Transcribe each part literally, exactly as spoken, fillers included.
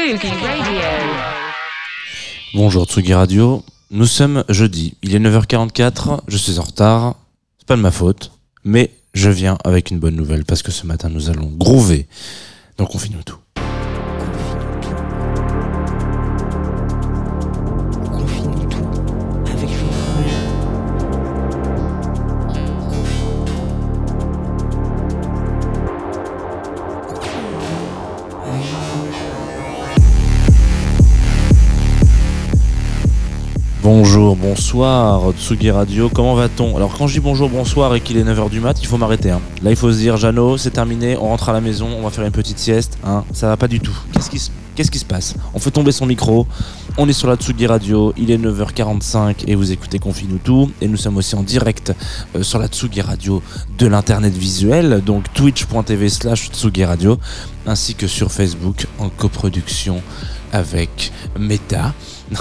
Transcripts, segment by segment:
Tsugi Radio. Bonjour Tsugi Radio, nous sommes jeudi, il est neuf heures quarante-quatre, je suis en retard, c'est pas de ma faute, mais je viens avec une bonne nouvelle parce que ce matin nous allons groover, donc on finit tout. Bonjour, bonsoir, Tsugi Radio, comment va-t-on? Alors quand je dis bonjour, bonsoir et qu'il est neuf heures du mat, il faut m'arrêter. Hein. Là il faut se dire, Jeannot, c'est terminé, on rentre à la maison, on va faire une petite sieste. Hein. Ça va pas du tout. Qu'est-ce qui, se... Qu'est-ce qui se passe? On fait tomber son micro, on est sur la Tsugi Radio, il est neuf heures quarante-cinq et vous écoutez Confine-nous tout. Et nous sommes aussi en direct euh, sur la Tsugi Radio de l'internet visuel, donc twitch.tv slash Tsugi Radio, ainsi que sur Facebook en coproduction avec Meta,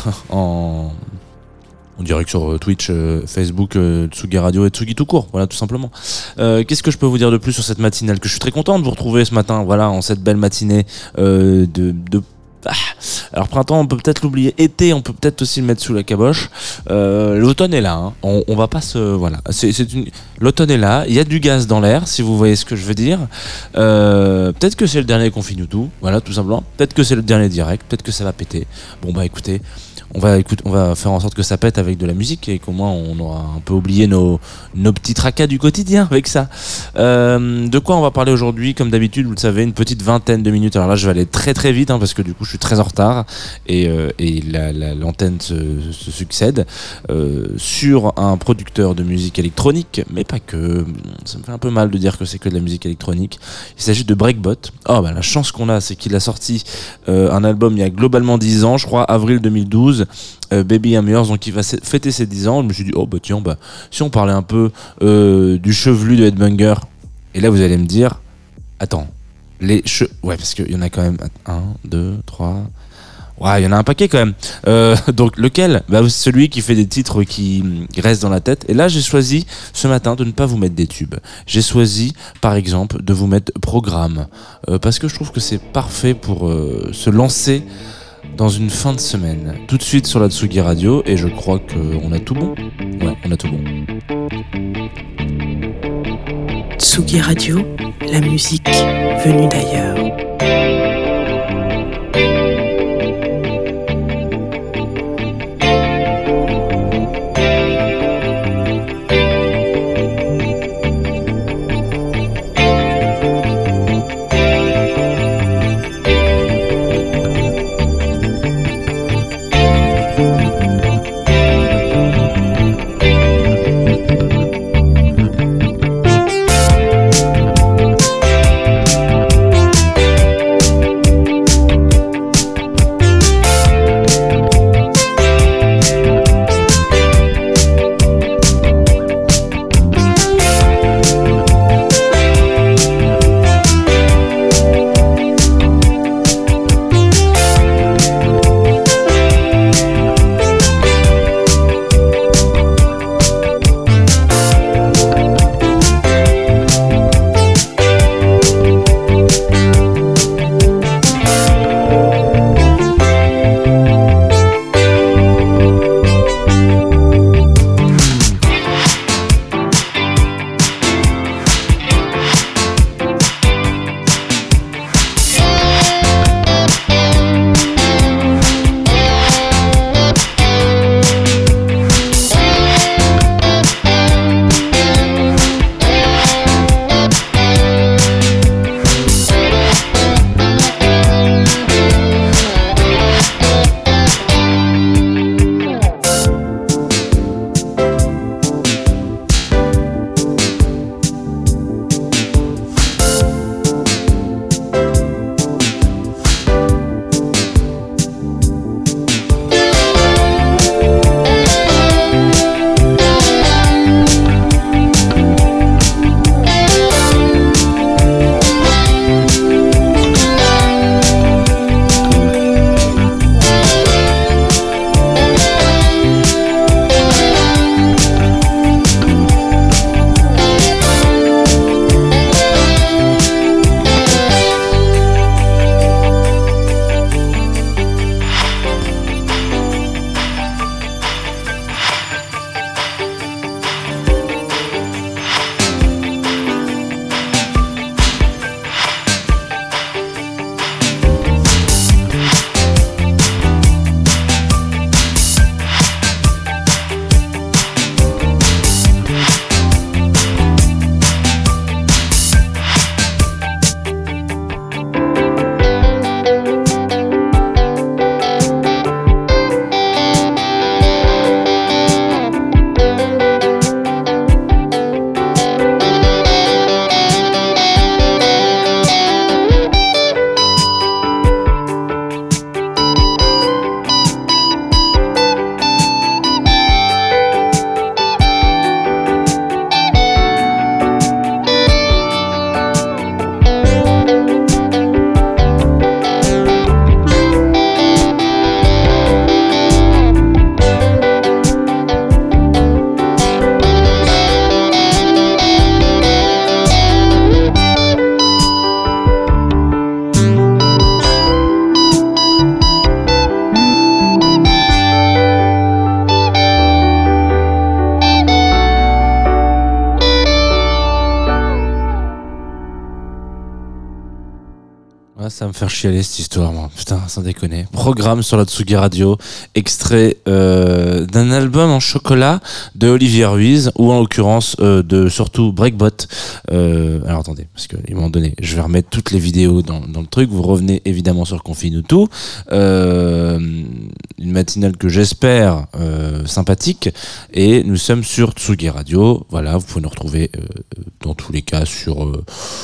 en... On dirait que sur Twitch, euh, Facebook, euh, Tsugi Radio et Tsugi tout court, voilà tout simplement. Euh, qu'est-ce que je peux vous dire de plus sur cette matinale? Que je suis très content de vous retrouver ce matin, voilà, en cette belle matinée euh, de... de... Ah. Alors printemps, on peut peut-être l'oublier. Été, on peut peut-être aussi le mettre sous la caboche. Euh, l'automne est là, hein. on, on va pas se... Voilà, c'est, c'est une... L'automne est là, il y a du gaz dans l'air, si vous voyez ce que je veux dire. Euh, peut-être que c'est le dernier Confine-nous tout, voilà tout simplement. Peut-être que c'est le dernier direct, peut-être que ça va péter. Bon bah écoutez... On va, écoute, on va faire en sorte que ça pète avec de la musique et qu'au moins on aura un peu oublié nos, nos petits tracas du quotidien avec ça. Euh, de quoi on va parler aujourd'hui? Comme d'habitude, vous le savez, une petite vingtaine de minutes. Alors là, je vais aller très très vite hein, parce que du coup, je suis très en retard et, euh, et la, la, l'antenne se, se succède euh, sur un producteur de musique électronique, mais pas que. Ça me fait un peu mal de dire que c'est que de la musique électronique. Il s'agit de Breakbot. Oh bah la chance qu'on a, c'est qu'il a sorti euh, un album il y a globalement dix ans, je crois, avril deux mille douze. Euh, Baby I'm Yours, donc il va fêter ses dix ans. Je me suis dit, oh bah tiens, bah, si on parlait un peu euh, du chevelu de Headbanger. Et là vous allez me dire, attends, les cheveux. Ouais, parce qu'il y en a quand même un, deux, trois. Ouais, il y en a un paquet quand même. Euh, donc lequel? Bah, celui qui fait des titres qui restent dans la tête. Et là j'ai choisi ce matin de ne pas vous mettre des tubes. J'ai choisi par exemple de vous mettre Programme. Euh, parce que je trouve que c'est parfait pour euh, se lancer dans une fin de semaine, tout de suite sur la Tsugi Radio, et je crois qu'on a tout bon. Ouais, on a tout bon. Tsugi Radio, la musique venue d'ailleurs. Ça va me faire chialer cette histoire, moi. Putain, sans déconner. Programme sur la Tsugi Radio, extrait euh, d'un album en chocolat de Olivier Ruiz, ou en l'occurrence euh, de surtout Breakbot. Euh, alors attendez, parce qu'à un moment donné, je vais remettre toutes les vidéos dans, dans le truc. Vous revenez évidemment sur Confine tout. Euh, une matinale que j'espère euh, sympathique. Et nous sommes sur Tsugi Radio. Voilà, vous pouvez nous retrouver euh, dans tous les cas sur... Euh,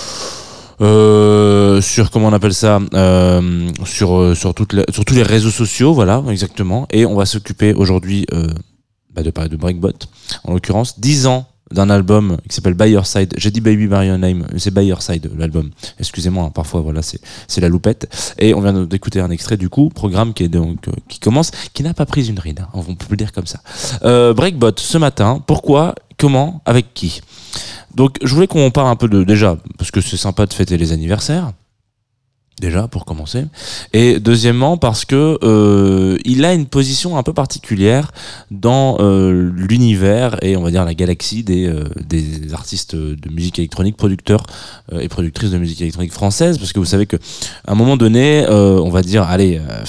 Euh, sur comment on appelle ça euh, sur euh, sur toutes les, sur tous les réseaux sociaux, voilà, exactement. Et on va s'occuper aujourd'hui euh, bah de parler de Breakbot, en l'occurrence dix ans d'un album qui s'appelle By Your Side. J'ai dit Baby By Your Name, c'est By Your Side l'album. Excusez-moi, hein, parfois voilà, c'est c'est la loupette. Et on vient d'écouter un extrait du coup, programme qui est donc euh, qui commence, qui n'a pas pris une ride, hein, on peut le dire comme ça. Euh, Breakbot ce matin, pourquoi, comment, avec qui? Donc je voulais qu'on parle un peu de, déjà, parce que c'est sympa de fêter les anniversaires, déjà pour commencer, et deuxièmement parce que euh, il a une position un peu particulière dans euh, l'univers et on va dire la galaxie des, euh, des artistes de musique électronique, producteurs euh, et productrices de musique électronique française, parce que vous savez que à un moment donné, euh, on va dire, allez... Euh,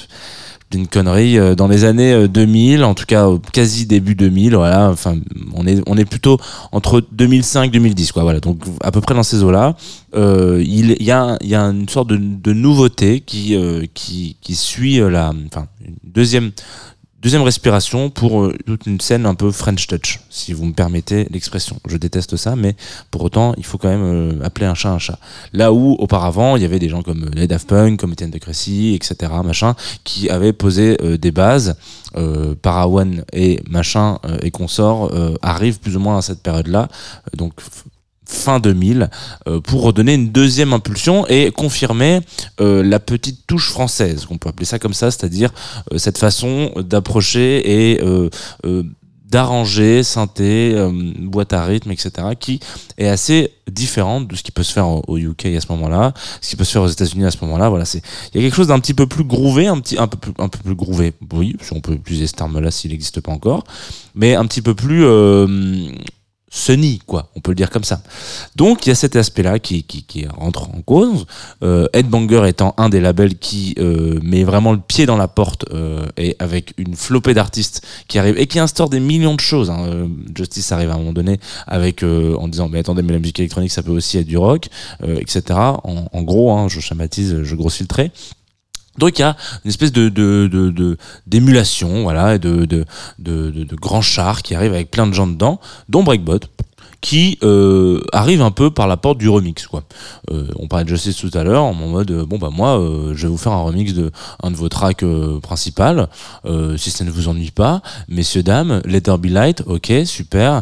une connerie dans les années deux mille, en tout cas quasi début deux mille, voilà, enfin on est on est plutôt entre deux mille cinq deux mille dix quoi, voilà, donc à peu près dans ces eaux-là. Euh, il y a il y a une sorte de, de nouveauté qui euh, qui qui suit la enfin une deuxième Deuxième respiration pour euh, toute une scène un peu French touch, si vous me permettez l'expression. Je déteste ça, mais pour autant, il faut quand même euh, appeler un chat un chat. Là où, auparavant, il y avait des gens comme les Daft Punk, comme Étienne de Crécy, et cetera, machin, qui avaient posé euh, des bases. Euh, Parawan et machin euh, et consorts euh, arrivent plus ou moins à cette période-là. Euh, donc, fin deux mille, euh, pour redonner une deuxième impulsion et confirmer euh, la petite touche française, qu'on peut appeler ça comme ça, c'est-à-dire euh, cette façon d'approcher et euh, euh, d'arranger synthé, euh, boîte à rythme, et cetera, qui est assez différente de ce qui peut se faire au U K à ce moment-là, ce qui peut se faire aux États-Unis à ce moment-là. Voilà, c'est il y a quelque chose d'un petit peu plus groové, un petit un peu plus un peu plus groové, oui, si on peut utiliser ce terme-là s'il n'existe pas encore, mais un petit peu plus euh, Sunny, quoi, on peut le dire comme ça. Donc il y a cet aspect-là qui, qui, qui rentre en cause. Euh, Headbanger étant un des labels qui euh, met vraiment le pied dans la porte euh, et avec une flopée d'artistes qui arrivent et qui instaurent des millions de choses. Hein. Euh, Justice arrive à un moment donné avec euh, en disant mais attendez, mais la musique électronique ça peut aussi être du rock, euh, et cetera. En, en gros, hein, je schématise, je grossis le trait. Donc il y a une espèce de de de, de d'émulation, voilà, et de de de de, de grands chars qui arrivent avec plein de gens dedans, dont Breakbot, qui euh, arrive un peu par la porte du remix, quoi. Euh, on parlait de Justice tout à l'heure en mode euh, bon bah moi euh, je vais vous faire un remix de un de vos tracks euh, principales, euh, si ça ne vous ennuie pas, messieurs dames, Let There Be Light, ok, super,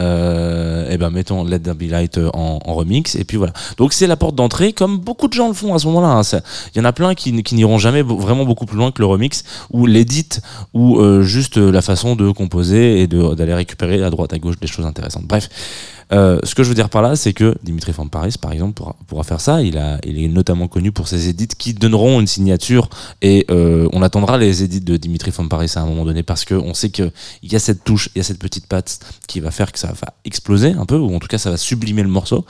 euh, et ben mettons Let There Be Light en, en remix et puis voilà. Donc c'est la porte d'entrée, comme beaucoup de gens le font à ce moment-là. Il hein. y en a plein qui, qui n'iront jamais vraiment beaucoup plus loin que le remix ou l'édit ou euh, juste la façon de composer et de d'aller récupérer à droite à gauche des choses intéressantes. Bref. Euh, ce que je veux dire par là, c'est que Dimitri Van Parijs, par exemple, pourra, pourra faire ça. Il, a, il est notamment connu pour ses édits qui donneront une signature et euh, on attendra les édits de Dimitri Van Parijs à un moment donné parce qu'on sait qu'il y a cette touche, il y a cette petite patte qui va faire que ça va exploser un peu, ou en tout cas ça va sublimer le morceau.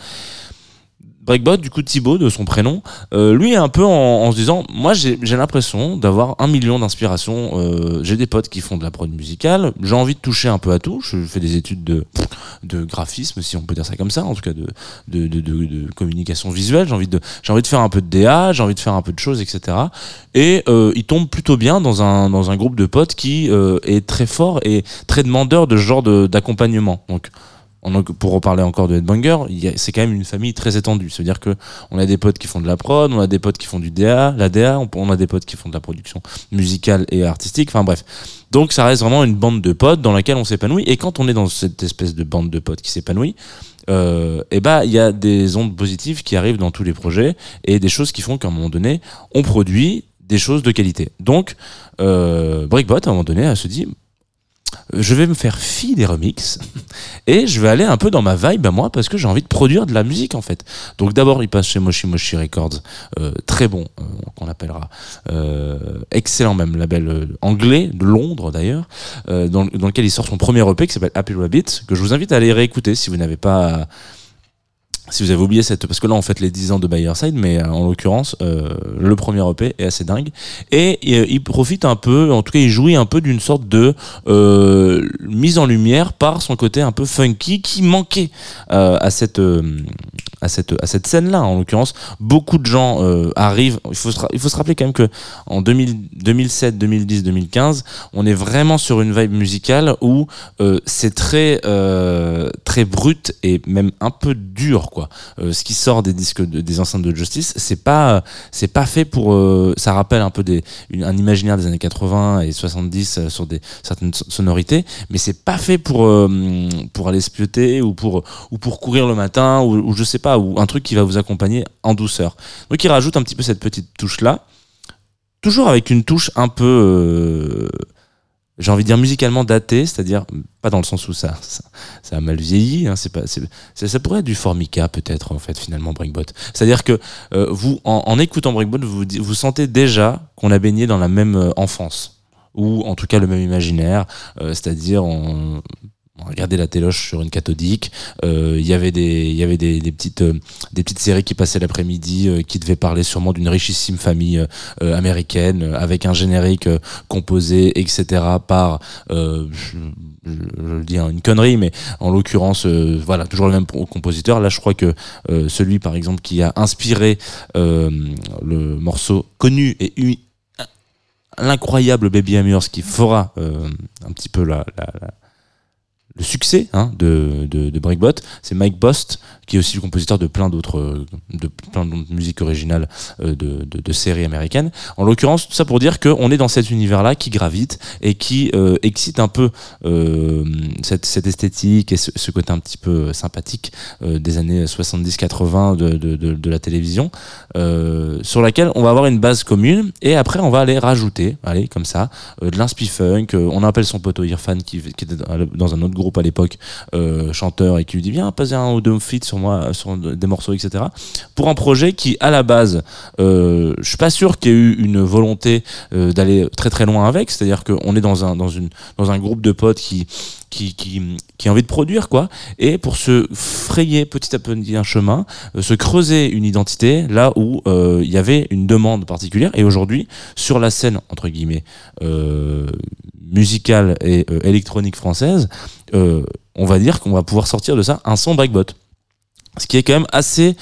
Breakbot, du coup Thibaut de son prénom, euh, lui est un peu en, en se disant, moi j'ai, j'ai l'impression d'avoir un million d'inspirations, euh, j'ai des potes qui font de la prod musicale, j'ai envie de toucher un peu à tout, je fais des études de, de graphisme, si on peut dire ça comme ça, en tout cas de, de, de, de, de communication visuelle, j'ai envie de, j'ai envie de faire un peu de D A, j'ai envie de faire un peu de choses, et cetera. Et euh, il tombe plutôt bien dans un, dans un groupe de potes qui euh, est très fort et très demandeur de ce genre de, d'accompagnement. Donc pour reparler encore de Headbanger, c'est quand même une famille très étendue. C'est-à-dire que on a des potes qui font de la prod, on a des potes qui font du D A, la D A, on a des potes qui font de la production musicale et artistique. Enfin bref. Donc ça reste vraiment une bande de potes dans laquelle on s'épanouit. Et quand on est dans cette espèce de bande de potes qui s'épanouit, euh, et ben il y a des ondes positives qui arrivent dans tous les projets et des choses qui font qu'à un moment donné, on produit des choses de qualité. Donc euh, Breakbot, à un moment donné, elle se dit, je vais me faire fi des remixes et je vais aller un peu dans ma vibe à moi parce que j'ai envie de produire de la musique en fait. Donc d'abord il passe chez Moshi Moshi Records, euh, très bon, euh, qu'on appellera euh, excellent même label euh, anglais de Londres d'ailleurs, euh, dans, dans lequel il sort son premier E P qui s'appelle Happy Rabbit, que je vous invite à aller réécouter si vous n'avez pas Si vous avez oublié cette, parce que là on fête les dix ans de By Your Side, mais euh, en l'occurrence euh, le premier E P est assez dingue et euh, il profite un peu, en tout cas il jouit un peu d'une sorte de euh, mise en lumière par son côté un peu funky qui manquait euh, à cette euh, à cette à cette scène là. En l'occurrence beaucoup de gens euh, arrivent, il faut se, il faut se rappeler quand même que en deux mille, deux mille sept, deux mille dix, deux mille quinze on est vraiment sur une vibe musicale où euh, c'est très euh, très brut et même un peu dur quoi. Euh, ce qui sort des disques de, des enceintes de Justice, c'est pas c'est pas fait pour euh, ça rappelle un peu des une, un imaginaire des années quatre-vingts et soixante-dix euh, sur des certaines sonorités, mais c'est pas fait pour euh, pour aller se pioter ou pour ou pour courir le matin ou, ou je sais pas, ou un truc qui va vous accompagner en douceur. Donc il rajoute un petit peu cette petite touche là, toujours avec une touche un peu euh, j'ai envie de dire musicalement daté, c'est-à-dire pas dans le sens où ça ça, ça a mal vieilli, hein, c'est pas c'est, ça, ça pourrait être du Formica peut-être en fait finalement Breakbot. C'est-à-dire que euh, vous en, en écoutant Breakbot vous vous sentez déjà qu'on a baigné dans la même euh, enfance ou en tout cas le même imaginaire, euh, c'est-à-dire on on regardait la téloche sur une cathodique, il euh, y avait des il y avait des, des petites euh, des petites séries qui passaient l'après-midi euh, qui devaient parler sûrement d'une richissime famille euh, américaine euh, avec un générique euh, composé etc par euh, je, je, je dis hein, une connerie mais en l'occurrence euh, voilà toujours le même compositeur. Là je crois que euh, celui par exemple qui a inspiré euh, le morceau connu et uni- l'incroyable Baby I'm Yours qui fera euh, un petit peu la, la, la le succès hein, de, de, de Breakbot, c'est Mike Bost, qui est aussi le compositeur de plein d'autres, de plein d'autres musiques originales de, de, de séries américaines. En l'occurrence, tout ça pour dire qu'on est dans cet univers-là qui gravite et qui euh, excite un peu euh, cette, cette esthétique et ce, ce côté un petit peu sympathique euh, des années soixante-dix quatre-vingts de, de, de, de la télévision, euh, sur laquelle on va avoir une base commune et après on va aller rajouter, allez, comme ça, euh, de l'inspi funk. Euh, on appelle son poteau Irfan qui, qui était dans un autre groupe à l'époque, euh, chanteur, et qui lui dit viens passer un ou deux feats sur moi, sur des morceaux, et cetera. Pour un projet qui, à la base, euh, je suis pas sûr qu'il y ait eu une volonté euh, d'aller très très loin avec. C'est-à-dire qu'on est dans un dans une dans un groupe de potes qui qui qui qui a envie de produire quoi, et pour se frayer petit à petit un chemin, euh, se creuser une identité là où il euh, y avait une demande particulière. Et aujourd'hui, sur la scène entre guillemets euh, musicale et euh, électronique française, euh, on va dire qu'on va pouvoir sortir de ça un son Breakbot. Ce qui est quand même assez...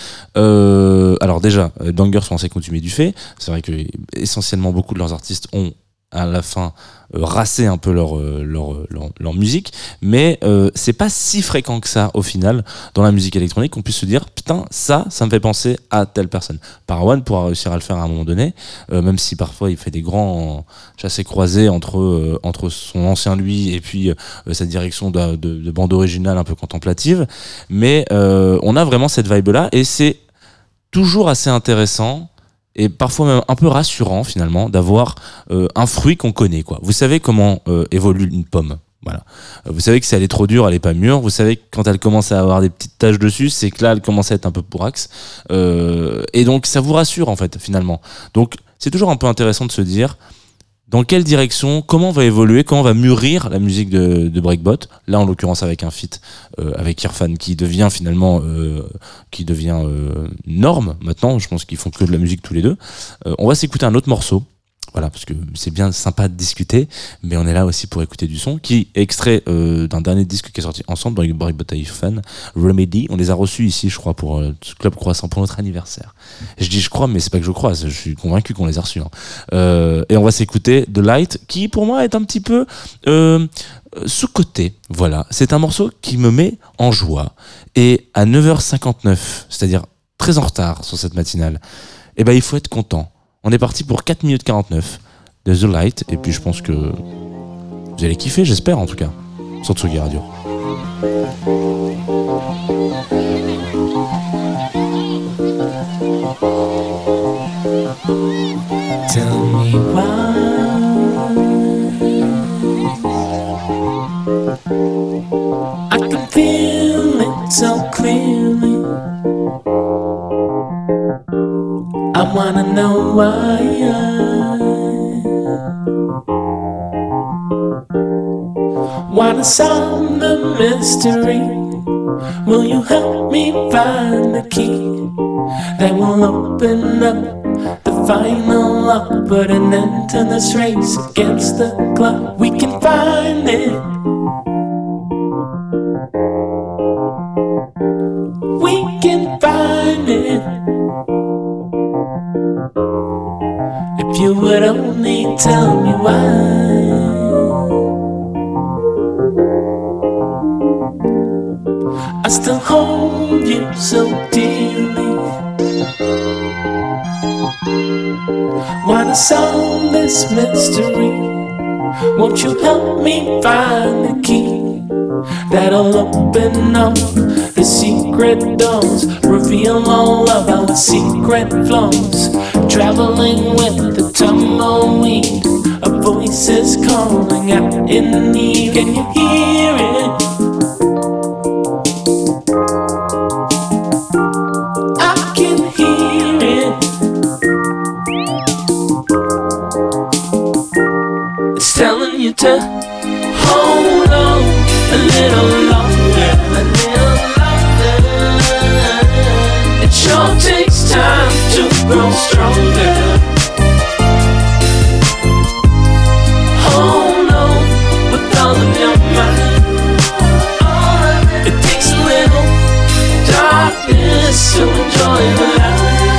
Euh, alors déjà, les bangers sont assez coutumés du fait. C'est vrai que essentiellement beaucoup de leurs artistes ont à la fin euh, rassé un peu leur, euh, leur, leur, leur musique, mais euh, c'est pas si fréquent que ça au final dans la musique électronique qu'on puisse se dire putain ça, ça me fait penser à telle personne. Parawan pourra réussir à le faire à un moment donné, euh, même si parfois il fait des grands chassés croisés entre, euh, entre son ancien lui et puis euh, sa direction de, de, de bande originale un peu contemplative, mais euh, on a vraiment cette vibe là et c'est toujours assez intéressant et parfois même un peu rassurant finalement d'avoir euh, un fruit qu'on connaît quoi. Vous savez comment euh, évolue une pomme. Voilà. Vous savez que si elle est trop dure, elle est pas mûre. Vous savez que quand elle commence à avoir des petites taches dessus, c'est que là elle commence à être un peu pourraxe. Euh, et donc ça vous rassure en fait finalement. Donc c'est toujours un peu intéressant de se dire dans quelle direction, comment va évoluer, comment va mûrir la musique de, de Breakbot. Là, en l'occurrence, avec un feat euh, avec Irfan qui devient finalement, euh, qui devient euh, norme maintenant. Je pense qu'ils font que de la musique tous les deux. Euh, on va s'écouter un autre morceau. Voilà, parce que c'est bien sympa de discuter, mais on est là aussi pour écouter du son, qui est extrait euh, d'un dernier disque qui est sorti ensemble, Breakbot et Irfan, Remedy. On les a reçus ici, je crois, pour euh, Club Croissant, pour notre anniversaire. Je dis je crois, mais c'est pas que je crois, je suis convaincu qu'on les a reçus. Hein. Euh, et on va s'écouter The Light, qui pour moi est un petit peu euh, sous-coté. Voilà, c'est un morceau qui me met en joie. Et à neuf heures cinquante-neuf, c'est-à-dire très en retard sur cette matinale, eh ben il faut être content. On est parti pour quatre minutes quarante-neuf de The Light, et puis je pense que vous allez kiffer, j'espère en tout cas, sur Tsugi Radio. Tell me why I can feel it so clearly. I wanna know why I wanna solve the mystery. Will you help me find the key that will open up the final lock? Put an end to this race against the clock. We can find it. We can find it. If you would only tell me why. I still hold you so dearly. Why to solve this mystery? Won't you help me find the key that'll open up the secret doors, reveal all of our secret flaws? Traveling with the tumbleweed, a voice is calling out in need. Can you hear it? Telling you to hold on a little longer, a little longer. It sure takes time to grow stronger. Hold on with all of your mind. All of it. It takes a little darkness to enjoy the light.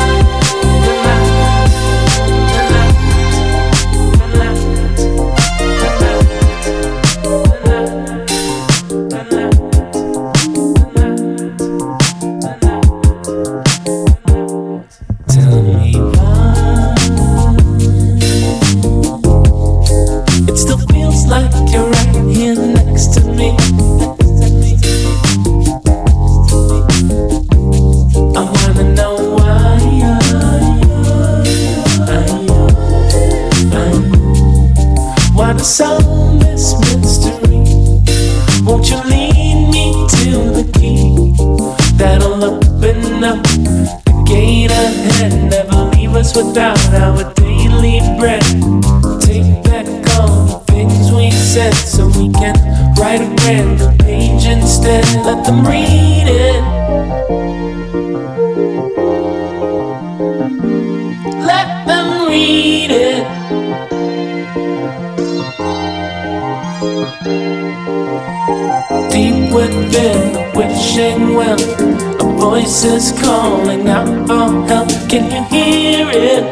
Solve this mystery. Won't you lead me to the key that'll open up the gate ahead? Never leave us without our daily bread. Take back all the things we said so we can write a brand new page instead. Let them read it. Let them read it. Deep within the wishing well, a voice is calling out for help. Can you hear it?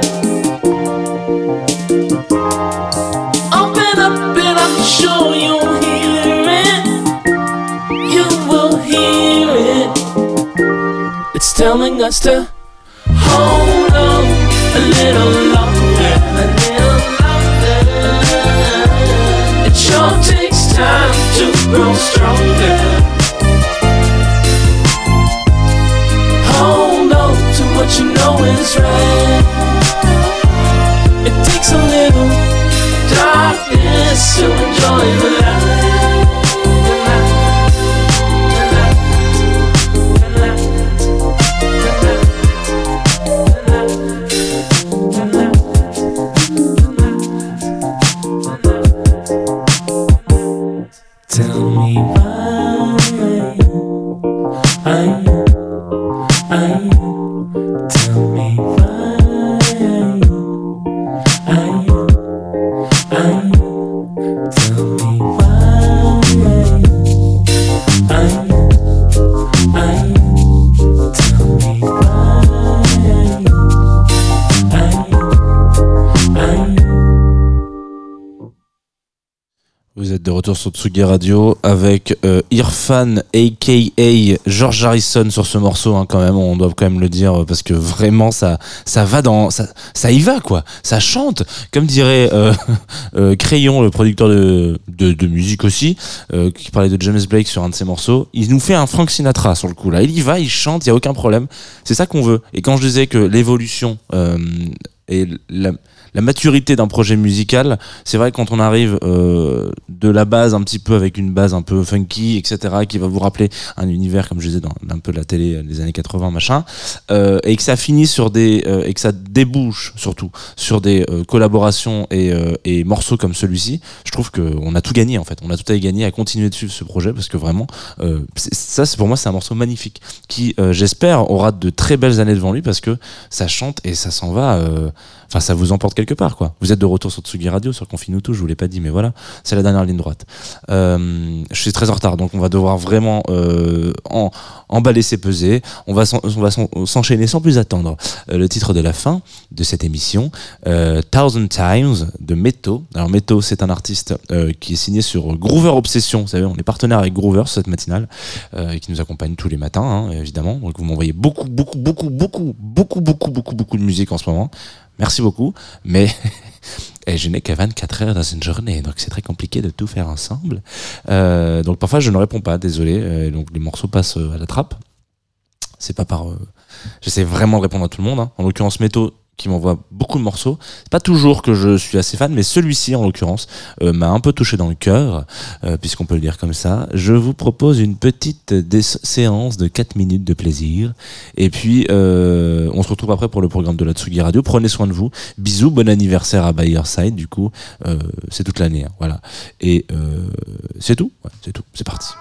Open up and I'm sure you'll hear it. You will hear it. It's telling us to hold on a little longer, a little longer. It sure takes time to grow stronger. Hold on to what you know is right. It takes a little darkness to enjoy the light. Tell me why I, I, tell me why I, I, tell me why I, I, tell me why I, I. Vous êtes de retour sur Tsugi Radio avec euh, Irfan aka George Harrison sur ce morceau, hein, quand même, on doit quand même le dire parce que vraiment ça ça va dans ça, ça y va quoi, ça chante comme dirait euh, euh, Crayon, le producteur de de, de musique aussi, euh, qui parlait de James Blake sur un de ses morceaux. Il nous fait un Frank Sinatra sur le coup là, il y va, il chante, il y a aucun problème. C'est ça qu'on veut. Et quand je disais que l'évolution euh, et la la maturité d'un projet musical. C'est vrai que quand on arrive euh, de la base un petit peu avec une base un peu funky, et cetera, qui va vous rappeler un univers, comme je disais, dans un peu la télé des années quatre-vingts, machin, euh, et que ça finit sur des euh, et que ça débouche surtout sur des euh, collaborations et, euh, et morceaux comme celui-ci, je trouve que on a tout gagné en fait. On a tout à gagner à continuer de suivre ce projet parce que vraiment, euh, c'est, ça, c'est pour moi, c'est un morceau magnifique qui, euh, j'espère, aura de très belles années devant lui parce que ça chante et ça s'en va. Euh, Enfin, ça vous emporte quelque part, quoi. Vous êtes de retour sur Tsugi Radio, sur Confine-nous tout, je vous l'ai pas dit, mais voilà, c'est la dernière ligne droite. Euh, je suis très en retard, donc on va devoir vraiment euh, en, emballer ses pesées. On va, s'en, on va s'en, s'enchaîner sans plus attendre. Euh, le titre de la fin de cette émission, euh, Thousand Times de Meto. Alors Meto, c'est un artiste euh, qui est signé sur Groover Obsession. Vous savez, on est partenaire avec Groover sur cette matinale, euh, qui nous accompagne tous les matins, hein, évidemment. Donc vous m'envoyez beaucoup, beaucoup, beaucoup, beaucoup, beaucoup, beaucoup, beaucoup, beaucoup de musique en ce moment. Merci beaucoup, mais et je n'ai que vingt-quatre heures dans une journée, donc c'est très compliqué de tout faire ensemble. Euh, donc parfois je ne réponds pas, désolé. Euh, donc les morceaux passent à la trappe. C'est pas par. Euh... J'essaie vraiment de répondre à tout le monde. Hein. En l'occurrence, Meto qui m'envoie beaucoup de morceaux. C'est pas toujours que je suis assez fan, mais celui-ci en l'occurrence euh, m'a un peu touché dans le cœur, euh, puisqu'on peut le dire comme ça. Je vous propose une petite dé- séance de quatre minutes de plaisir. Et puis euh, on se retrouve après pour le programme de la Tsugi Radio. Prenez soin de vous. Bisous, bon anniversaire à By Your Side. Du coup, euh, c'est toute l'année. Hein, voilà. Et euh, c'est tout. Ouais, c'est tout. C'est parti.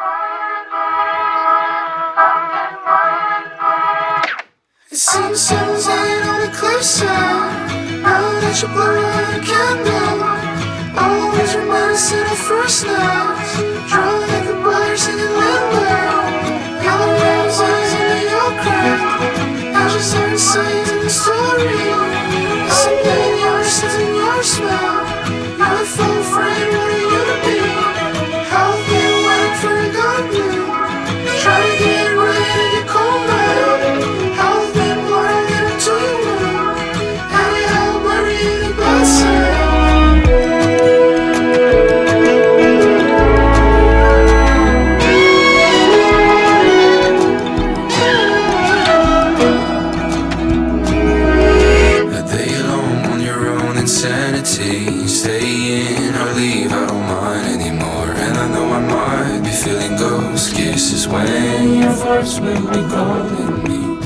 It seems so light on the cliffside. Now that you're blowing a candle, always remind us of our first nights. Drunk like a bar singing limbo. Yellow roses into your crowd. Now just started saying the story. Something in your sense in your smell. You're a full frame, what are you to be? Healthy and waiting for a gun blue. Try to get right and get cold now. When your voice will be calling me.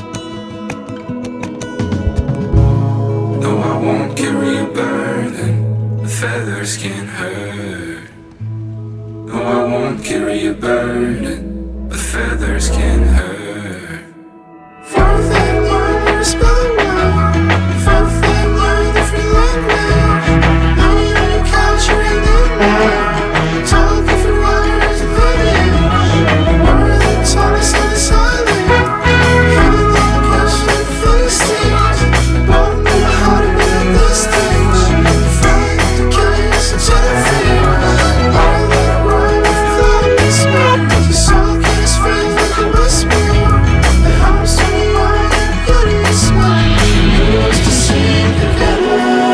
No, I won't carry a burden, the feathers can't hurt. No, I won't carry a burden, the feathers can't hurt. Fourth and one, you spell the word. Fourth and one, different language. Now you know your culture and then more. Talk different words and lineage. Honest and silent, feeling like I should face things. Won't know how to win these things. Fight the chaos into the fears. All that run with clouds smears. The soul can't feel like a whisper. The house to me on your beauty smile. You used to see together.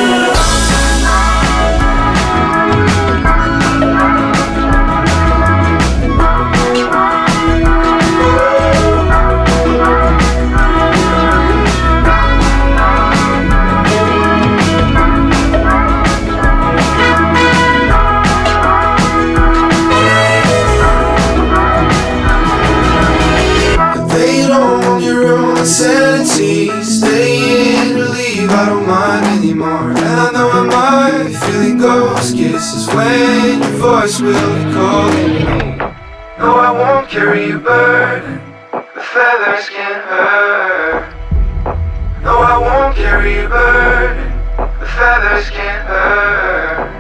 Insanity, stay in or leave, I don't mind anymore. And I know I might be feeling ghost kisses when your voice will be calling me. No, I won't carry a burden, the feathers can't hurt. No, I won't carry a burden, the feathers can't hurt.